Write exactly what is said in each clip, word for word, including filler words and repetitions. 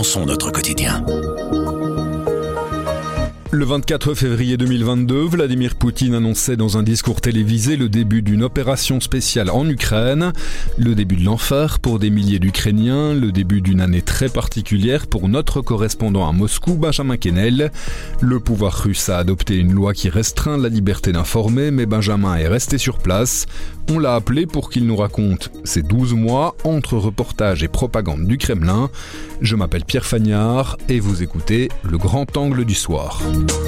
repensons notre quotidien. Le vingt-quatre février deux mille vingt-deux, Vladimir Poutine annonçait dans un discours télévisé le début d'une opération spéciale en Ukraine, le début de l'enfer pour des milliers d'Ukrainiens, le début d'une année très particulière pour notre correspondant à Moscou, Benjamin Quesnel. Le pouvoir russe a adopté une loi qui restreint la liberté d'informer, mais Benjamin est resté sur place. On l'a appelé pour qu'il nous raconte ces douze mois entre reportage et propagande du Kremlin. Je m'appelle Pierre Fagnard et vous écoutez Le Grand Angle du Soir.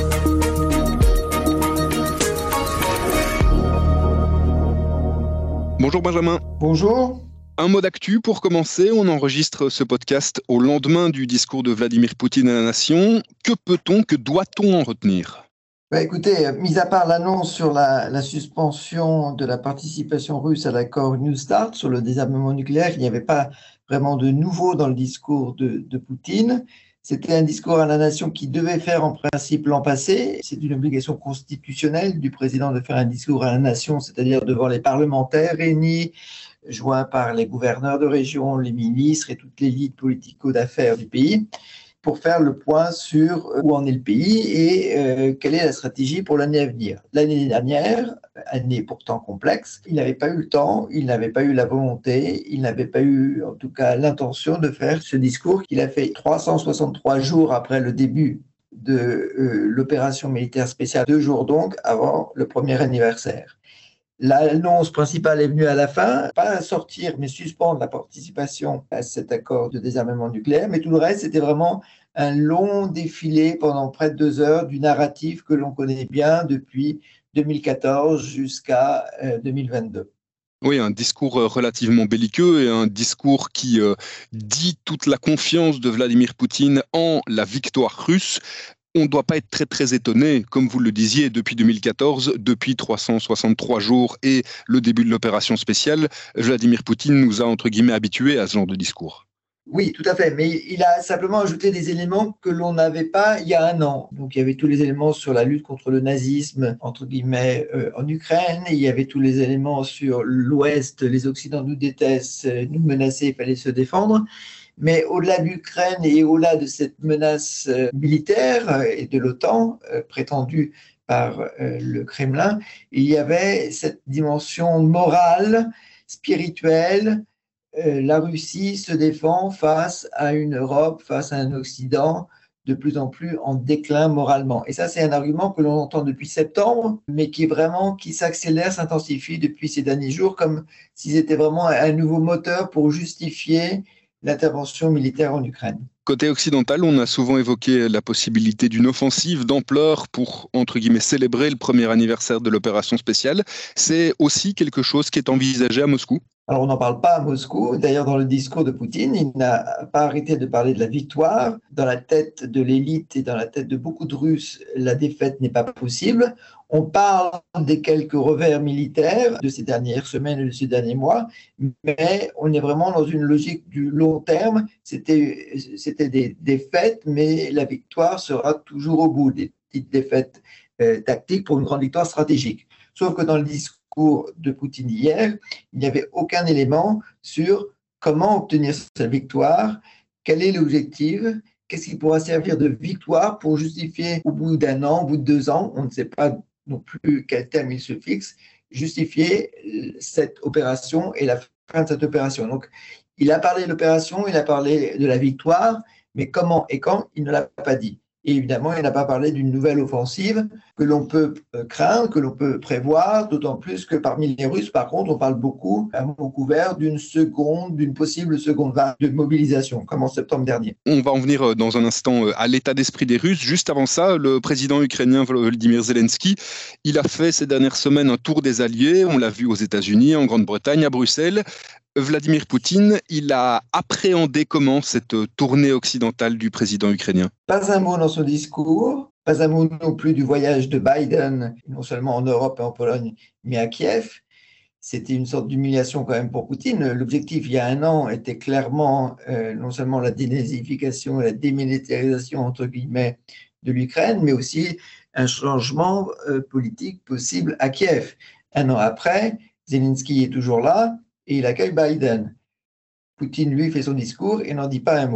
Bonjour Benjamin. Bonjour. Un mot d'actu pour commencer. On enregistre ce podcast au lendemain du discours de Vladimir Poutine à la nation. Que peut-on, que doit-on en retenir ? Bah écoutez, mis à part l'annonce sur la, la suspension de la participation russe à l'accord New START sur le désarmement nucléaire, il n'y avait pas vraiment de nouveau dans le discours de, de Poutine. C'était un discours à la nation qui devait faire en principe l'an passé. C'est une obligation constitutionnelle du président de faire un discours à la nation, c'est-à-dire devant les parlementaires réunis, joints par les gouverneurs de région, les ministres et toute l'élite politico-d'affaires du pays, pour faire le point sur où en est le pays et euh, quelle est la stratégie pour l'année à venir. L'année dernière, année pourtant complexe, il n'avait pas eu le temps, il n'avait pas eu la volonté, il n'avait pas eu en tout cas l'intention de faire ce discours qu'il a fait trois cent soixante-trois jours après le début de euh, l'opération militaire spéciale, deux jours donc avant le premier anniversaire. L'annonce principale est venue à la fin, pas sortir mais suspendre la participation à cet accord de désarmement nucléaire, mais tout le reste c'était vraiment un long défilé pendant près de deux heures du narratif que l'on connaît bien depuis deux mille quatorze jusqu'à deux mille vingt-deux. Oui, un discours relativement belliqueux et un discours qui euh, dit toute la confiance de Vladimir Poutine en la victoire russe. On ne doit pas être très très étonné, comme vous le disiez, depuis deux mille quatorze, depuis trois cent soixante-trois jours et le début de l'opération spéciale, Vladimir Poutine nous a entre guillemets habitués à ce genre de discours. Oui, tout à fait, mais il a simplement ajouté des éléments que l'on n'avait pas il y a un an. Donc il y avait tous les éléments sur la lutte contre le nazisme, entre guillemets, euh, en Ukraine, il y avait tous les éléments sur l'Ouest, les Occidentaux nous détestent, nous menacer, il fallait se défendre. Mais au-delà de l'Ukraine et au-delà de cette menace militaire et de l'OTAN euh, prétendue par euh, le Kremlin, il y avait cette dimension morale, spirituelle. Euh, la Russie se défend face à une Europe, face à un Occident de plus en plus en déclin moralement. Et ça, c'est un argument que l'on entend depuis septembre, mais qui est vraiment, qui s'accélère, s'intensifie depuis ces derniers jours, comme si c'était vraiment un nouveau moteur pour justifier l'intervention militaire en Ukraine. Côté occidental, on a souvent évoqué la possibilité d'une offensive d'ampleur pour, entre guillemets, célébrer le premier anniversaire de l'opération spéciale. C'est aussi quelque chose qui est envisagé à Moscou ? Alors, on n'en parle pas à Moscou. D'ailleurs, dans le discours de Poutine, il n'a pas arrêté de parler de la victoire. Dans la tête de l'élite et dans la tête de beaucoup de Russes, la défaite n'est pas possible. On parle des quelques revers militaires de ces dernières semaines et de ces derniers mois, mais on est vraiment dans une logique du long terme. C'était, c'était des défaites, mais la victoire sera toujours au bout, des petites défaites euh, tactiques pour une grande victoire stratégique. Sauf que dans le discours de Poutine hier, il n'y avait aucun élément sur comment obtenir cette victoire, quel est l'objectif, qu'est-ce qui pourra servir de victoire pour justifier au bout d'un an, au bout de deux ans, on ne sait pas non plus quel terme il se fixe, justifier cette opération et la fin de cette opération. Donc, il a parlé de l'opération, il a parlé de la victoire, mais comment et quand, il ne l'a pas dit. Et évidemment, il n'a pas parlé d'une nouvelle offensive que l'on peut craindre, que l'on peut prévoir, d'autant plus que parmi les Russes, par contre, on parle beaucoup, à mot couvert, d'une seconde, d'une possible seconde vague de mobilisation, comme en septembre dernier. On va en venir dans un instant à l'état d'esprit des Russes. Juste avant ça, le président ukrainien Volodymyr Zelensky, il a fait ces dernières semaines un tour des alliés. On l'a vu aux États-Unis, en Grande-Bretagne, à Bruxelles. Vladimir Poutine, il a appréhendé comment cette tournée occidentale du président ukrainien ? Pas un mot dans son discours, pas un mot non plus du voyage de Biden, non seulement en Europe et en Pologne, mais à Kiev. C'était une sorte d'humiliation quand même pour Poutine. L'objectif, il y a un an, était clairement euh, non seulement la dénazification et la démilitarisation, entre guillemets, de l'Ukraine, mais aussi un changement euh, politique possible à Kiev. Un an après, Zelensky est toujours là, et il accueille Biden. Poutine, lui, fait son discours et n'en dit pas un mot.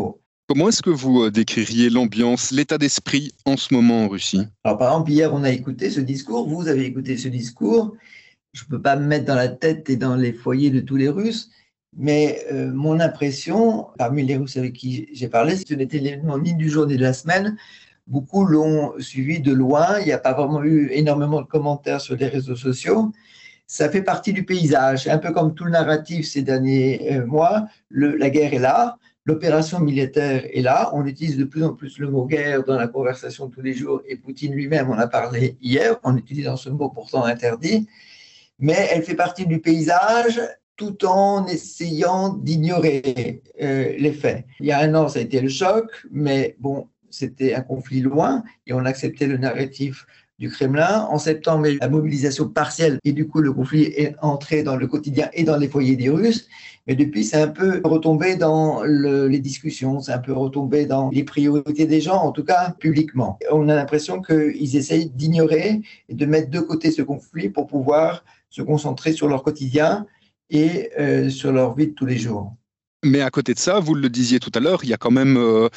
Comment est-ce que vous décririez l'ambiance, l'état d'esprit en ce moment en Russie ? Alors par exemple, hier, on a écouté ce discours, vous avez écouté ce discours. Je ne peux pas me mettre dans la tête et dans les foyers de tous les Russes, mais euh, mon impression, parmi les Russes avec qui j'ai parlé, ce n'était l'événement ni du jour ni de la semaine. Beaucoup l'ont suivi de loin. Il n'y a pas vraiment eu énormément de commentaires sur les réseaux sociaux. Ça fait partie du paysage. Un peu comme tout le narratif ces derniers euh, mois, le, la guerre est là. L'opération militaire est là. On utilise de plus en plus le mot guerre dans la conversation de tous les jours. Et Poutine lui-même en a parlé hier, en utilisant ce mot pourtant interdit. Mais elle fait partie du paysage tout en essayant d'ignorer euh, les faits. Il y a un an, ça a été le choc, mais bon, c'était un conflit loin et on acceptait le narratif du Kremlin. En septembre, il y a eu la mobilisation partielle et du coup, le conflit est entré dans le quotidien et dans les foyers des Russes. Mais depuis, c'est un peu retombé dans le, les discussions, c'est un peu retombé dans les priorités des gens, en tout cas publiquement. On a l'impression qu'ils essayent d'ignorer et de mettre de côté ce conflit pour pouvoir se concentrer sur leur quotidien et euh, sur leur vie de tous les jours. Mais à côté de ça, vous le disiez tout à l'heure, il y a quand même euh,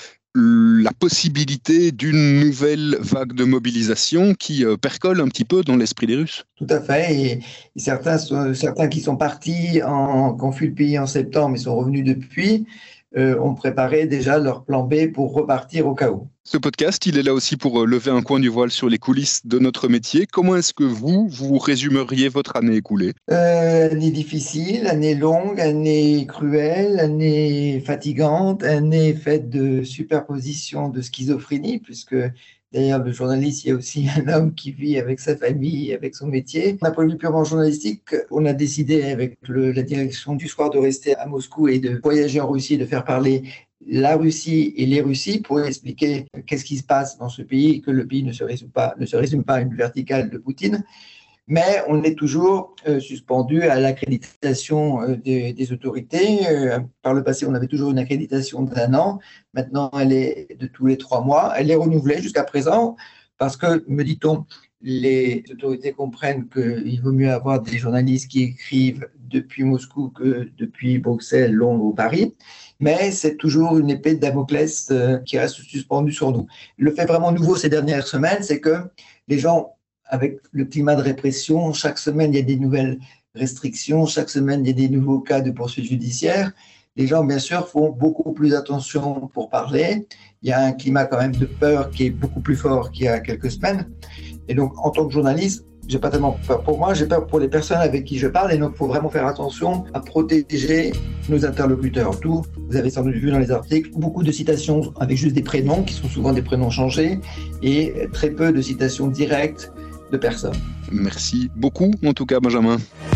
la possibilité d'une nouvelle vague de mobilisation qui euh, percole un petit peu dans l'esprit des Russes. Tout à fait. Et, et certains, sont, certains qui sont partis, en, qui ont fui le pays en septembre et sont revenus depuis, euh, ont préparé déjà leur plan B pour repartir au cas où. Ce podcast, il est là aussi pour lever un coin du voile sur les coulisses de notre métier. Comment est-ce que vous, vous résumeriez votre année écoulée ? euh, Année difficile, année longue, année cruelle, année fatigante, année faite de superposition de schizophrénie, puisque d'ailleurs le journaliste, il y a aussi un homme qui vit avec sa famille, avec son métier. D'un point de vue purement journalistique, on a décidé avec le, la direction du soir de rester à Moscou et de voyager en Russie, de faire parler la Russie et les Russies pour expliquer qu'est-ce qui se passe dans ce pays et que le pays ne se résume pas, ne se résume pas à une verticale de Poutine. Mais on est toujours euh, suspendu à l'accréditation euh, des, des autorités. Euh, par le passé, on avait toujours une accréditation d'un an. Maintenant, elle est de tous les trois mois. Elle est renouvelée jusqu'à présent parce que, me dit-on, les autorités comprennent qu'il vaut mieux avoir des journalistes qui écrivent depuis Moscou que depuis Bruxelles, Londres ou Paris. Mais c'est toujours une épée de Damoclès euh, qui reste suspendue sur nous. Le fait vraiment nouveau ces dernières semaines, c'est que les gens, avec le climat de répression, chaque semaine, il y a des nouvelles restrictions, chaque semaine, il y a des nouveaux cas de poursuites judiciaires. Les gens, bien sûr, font beaucoup plus attention pour parler. Il y a un climat quand même de peur qui est beaucoup plus fort qu'il y a quelques semaines. Et donc, en tant que journaliste, j'ai pas tellement peur pour moi, j'ai peur pour les personnes avec qui je parle. Et donc, il faut vraiment faire attention à protéger nos interlocuteurs. Tout, vous avez sans doute vu dans les articles, beaucoup de citations avec juste des prénoms, qui sont souvent des prénoms changés, et très peu de citations directes de personnes. Merci beaucoup, en tout cas, Benjamin.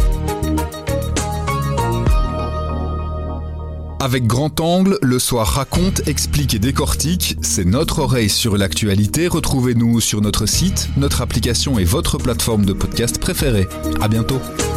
Avec Grand Angle, Le Soir raconte, explique et décortique. C'est notre oreille sur l'actualité. Retrouvez-nous sur notre site, notre application et votre plateforme de podcast préférée. À bientôt.